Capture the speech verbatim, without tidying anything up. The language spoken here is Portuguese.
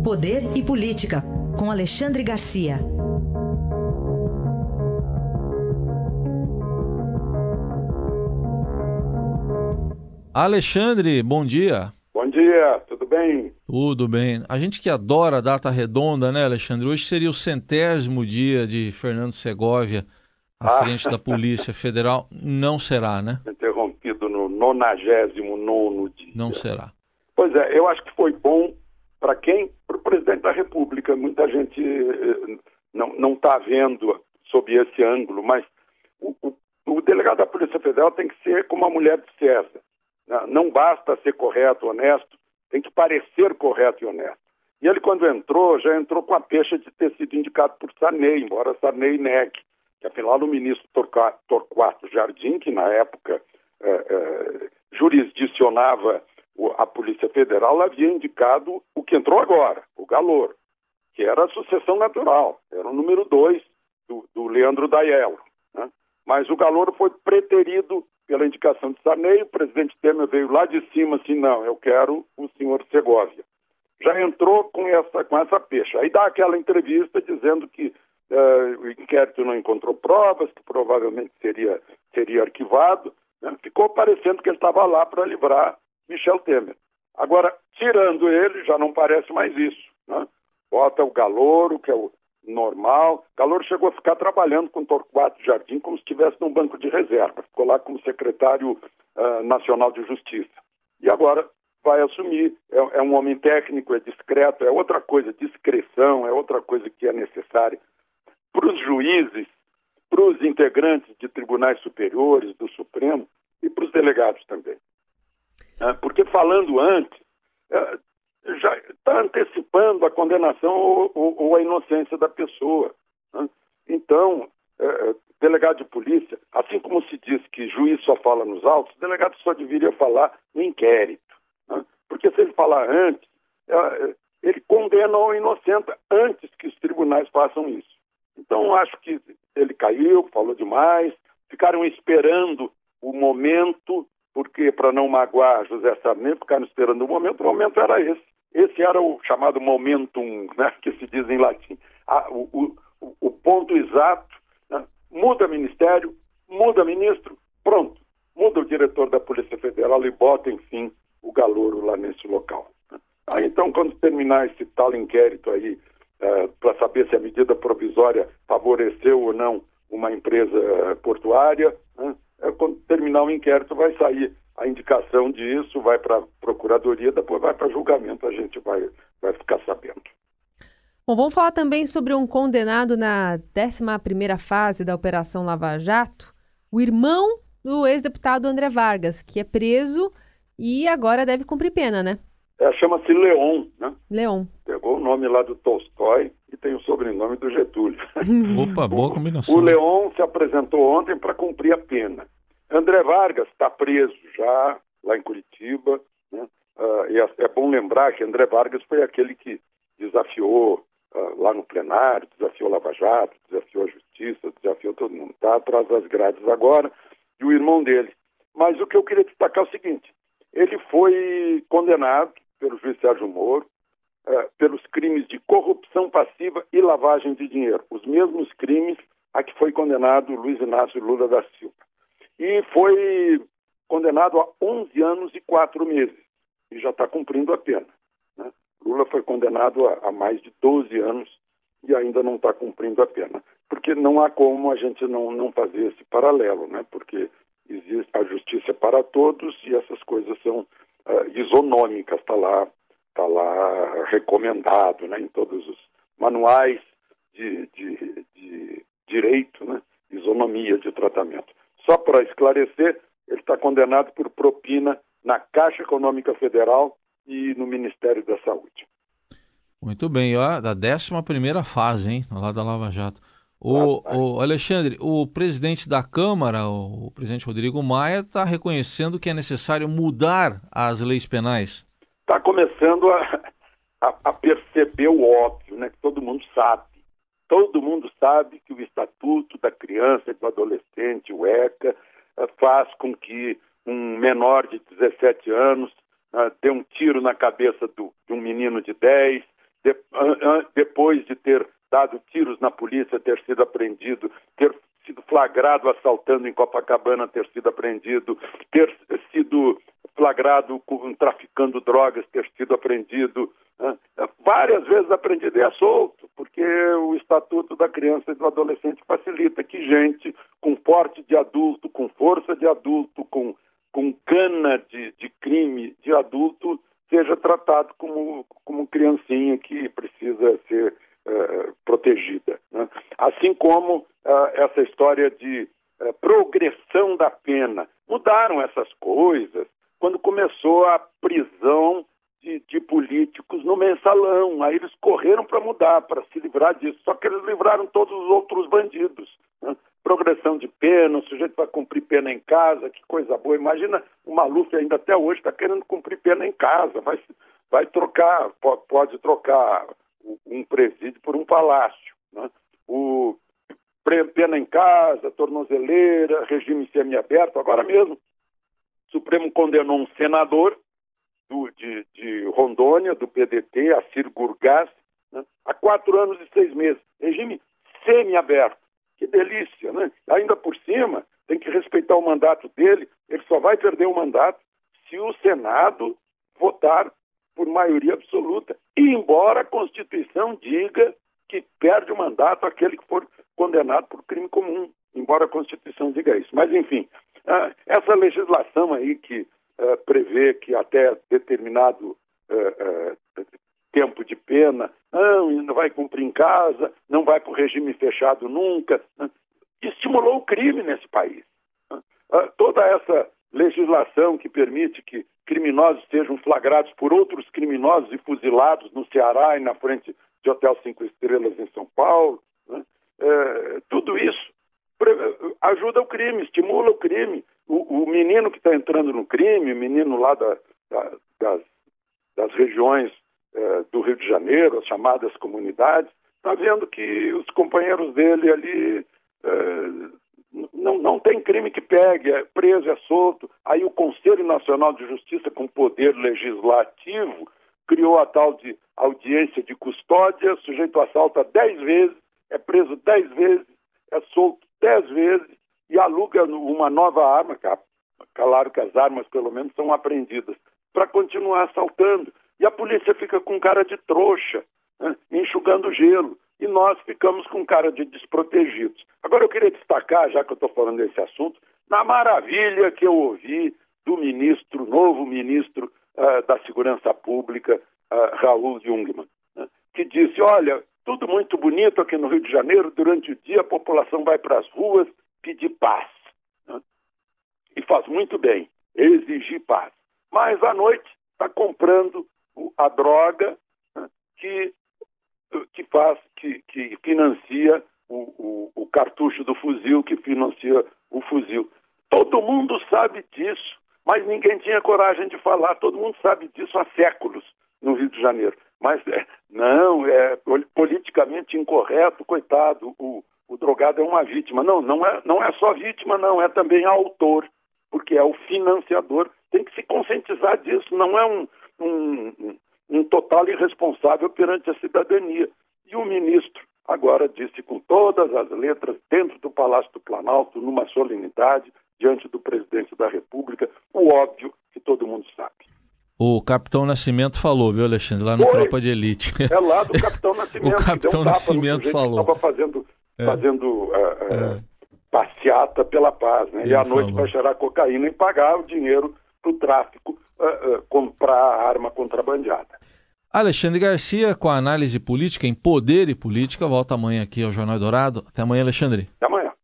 Poder e Política, com Alexandre Garcia. Alexandre, bom dia. Bom dia, tudo bem? Tudo bem. A gente que adora a data redonda, né, Alexandre? Hoje seria o centésimo dia de Fernando Segovia à Ah. frente da Polícia Federal. Não será, né? Interrompido no nonagésimo nono dia. Não será. Pois é, eu acho que foi bom para quem? Para o presidente da República. Muita gente eh, não está vendo sob esse ângulo, mas o, o, o delegado da Polícia Federal tem que ser como a mulher de César. Não basta ser correto, honesto, tem que parecer correto e honesto. E ele, quando entrou, já entrou com a pecha de ter sido indicado por Sarney, embora Sarney negue. Que, afinal, o ministro Torquato Jardim, que na época eh, eh, jurisdicionava a Polícia Federal, havia indicado o que entrou agora, o Galor, que era a sucessão natural, era o número dois do, do Leandro Daiello, né? Mas o Galor foi preterido pela indicação de Sarney. O presidente Temer veio lá de cima assim, não, eu quero o senhor Segovia. Já entrou com essa, com essa pecha. Aí dá aquela entrevista dizendo que uh, o inquérito não encontrou provas, que provavelmente seria, seria arquivado, né? Ficou parecendo que ele estava lá para livrar Michel Temer. Agora, tirando ele, já não parece mais isso, né? Bota o Galouro, que é o normal. Galouro chegou a ficar trabalhando com Torquato Jardim como se estivesse num banco de reserva. Ficou lá como secretário uh, nacional de justiça. E agora vai assumir. É, é um homem técnico, é discreto, é outra coisa, discrição, é outra coisa que é necessária. Para os juízes, para os integrantes de tribunais superiores, do Supremo e para os delegados também. Uh, porque falando antes, uh, já está antecipando a condenação ou, ou, ou a inocência da pessoa, né? Então, é, delegado de polícia, assim como se diz que juiz só fala nos autos, delegado só deveria falar no inquérito, né? Porque se ele falar antes, é, ele condena ou inocenta antes que os tribunais façam isso. Então, acho que ele caiu, falou demais, ficaram esperando o momento, porque para não magoar José Sarney, ficaram esperando o momento, o momento era esse. Esse era o chamado momentum, né, que se diz em latim. Ah, o, o, o ponto exato, né? Muda ministério, muda ministro, pronto. Muda o diretor da Polícia Federal e bota, enfim, o Galouro lá nesse local. Né? Aí, então, quando terminar esse tal inquérito aí, uh, para saber se a medida provisória favoreceu ou não uma empresa uh, portuária, né? uh, quando terminar o inquérito vai sair a indicação disso, vai para a Procuradoria, depois vai para julgamento, a gente vai, vai ficar sabendo. Bom, vamos falar também sobre um condenado na décima primeira fase da Operação Lava Jato, o irmão do ex-deputado André Vargas, que é preso e agora deve cumprir pena, né? É, chama-se Leon, né? Leon. Pegou o nome lá do Tolstói e tem o sobrenome do Getúlio. Opa, boa combinação. O Leon se apresentou ontem para cumprir a pena. André Vargas está preso já lá em Curitiba, né? Uh, e é, é bom lembrar que André Vargas foi aquele que desafiou uh, lá no plenário, desafiou Lava Jato, desafiou a Justiça, desafiou todo mundo. Está atrás das grades agora, e o irmão dele. Mas o que eu queria destacar é o seguinte, ele foi condenado pelo juiz Sérgio Moro uh, pelos crimes de corrupção passiva e lavagem de dinheiro, os mesmos crimes a que foi condenado Luiz Inácio Lula da Silva. E foi condenado a onze anos e quatro meses. E já está cumprindo a pena, né? Lula foi condenado a, a mais de doze anos e ainda não está cumprindo a pena. Porque não há como a gente não, não fazer esse paralelo, né? Porque existe a justiça para todos e essas coisas são uh, isonômicas, está lá, tá lá recomendado, né? Em todos os manuais de, de, de direito, né? Isonomia de tratamento. Só para esclarecer, ele está condenado por propina na Caixa Econômica Federal e no Ministério da Saúde. Muito bem, ó, da décima primeira fase, hein, lá da Lava Jato. O, o Alexandre, o presidente da Câmara, o presidente Rodrigo Maia, está reconhecendo que é necessário mudar as leis penais. Está começando a, a, a perceber o óbvio, né, que todo mundo sabe. Todo mundo sabe que o Estatuto da Criança e do Adolescente, o ECA, faz com que um menor de dezessete anos uh, dê um tiro na cabeça do, de um menino de dez, de, uh, uh, depois de ter dado tiros na polícia, ter sido apreendido, ter sido flagrado assaltando em Copacabana, ter sido apreendido, ter sido flagrado com, traficando drogas, ter sido apreendido, uh, várias vezes apreendido e é solto, porque o Estatuto da Criança e do Adolescente facilita que gente com porte de adulto, com força de adulto, com, com cana de, de crime de adulto, seja tratado como, como criancinha que precisa ser uh, protegida, né? Assim como uh, essa história de uh, progressão da pena. Mudaram essas coisas quando começou a prisão de, de políticos no mensalão. Aí eles correram para mudar, para se livrar disso. Só que eles livraram todos os outros bandidos, né? Progressão de pena, o sujeito vai cumprir pena em casa, que coisa boa. Imagina, o Maluf ainda até hoje está querendo cumprir pena em casa, vai, vai trocar, pode, pode trocar um presídio por um palácio, né? O pena em casa, tornozeleira, regime semiaberto. Agora mesmo, o Supremo condenou um senador do, de, de Rondônia, do P D T, Assir Gurgás, né? A quatro anos e seis meses. Regime semiaberto. Que delícia, né? Ainda por cima, tem que respeitar o mandato dele. Ele só vai perder o mandato se o Senado votar por maioria absoluta. E embora a Constituição diga que perde o mandato aquele que for condenado por crime comum. Embora a Constituição diga isso. Mas, enfim, essa legislação aí que uh, prevê que até determinado uh, uh, tempo de pena, não, não vai cumprir em casa, não vai para o regime fechado nunca, né? Estimulou o crime nesse país. Né? Toda essa legislação que permite que criminosos sejam flagrados por outros criminosos e fuzilados no Ceará e na frente de Hotel Cinco Estrelas em São Paulo, né? É, tudo isso ajuda o crime, estimula o crime. O, o menino que está entrando no crime, o menino lá da, da, das, das regiões é, do Rio de Janeiro, as chamadas comunidades, está vendo que os companheiros dele ali é, não, não tem crime que pegue, é preso, é solto. Aí o Conselho Nacional de Justiça, com poder legislativo, criou a tal de audiência de custódia, sujeito assalta dez vezes, é preso dez vezes, é solto dez vezes e aluga uma nova arma, claro que as armas pelo menos são apreendidas, para continuar assaltando. E a polícia fica com cara de trouxa, né, enxugando gelo, e nós ficamos com cara de desprotegidos. Agora eu queria destacar, já que eu estou falando desse assunto, na maravilha que eu ouvi do ministro, novo ministro uh, da Segurança Pública, uh, Raul Jungmann, né, que disse, olha, tudo muito bonito aqui no Rio de Janeiro, durante o dia a população vai para as ruas pedir paz, né, e faz muito bem, exigir paz. Mas à noite está comprando a droga, né, que, que faz, que, que financia o, o, o cartucho do fuzil, que financia o fuzil. Todo mundo sabe disso, mas ninguém tinha coragem de falar. Todo mundo sabe disso há séculos no Rio de Janeiro. Mas é, não, é politicamente incorreto, coitado, o, o drogado é uma vítima. Não, não é, não é só vítima, não, é também autor, porque é o financiador. Tem que se conscientizar disso, não é um, um, um total irresponsável perante a cidadania. E o ministro agora disse com todas as letras, dentro do Palácio do Planalto, numa solenidade, diante do presidente da República, o óbvio que todo mundo sabe. O Capitão Nascimento falou, viu, Alexandre, lá no Oi. Tropa de Elite. É lá do Capitão Nascimento. O Capitão um Nascimento falou. Estava fazendo, é. fazendo uh, é. uh, passeata pela paz, né? Ele E à noite falou. vai cheirar cocaína e pagar o dinheiro para o tráfico, uh, uh, comprar a arma contrabandeada. Alexandre Garcia, com a análise política em Poder e Política, volta amanhã aqui ao Jornal Dourado. Até amanhã, Alexandre. Até amanhã.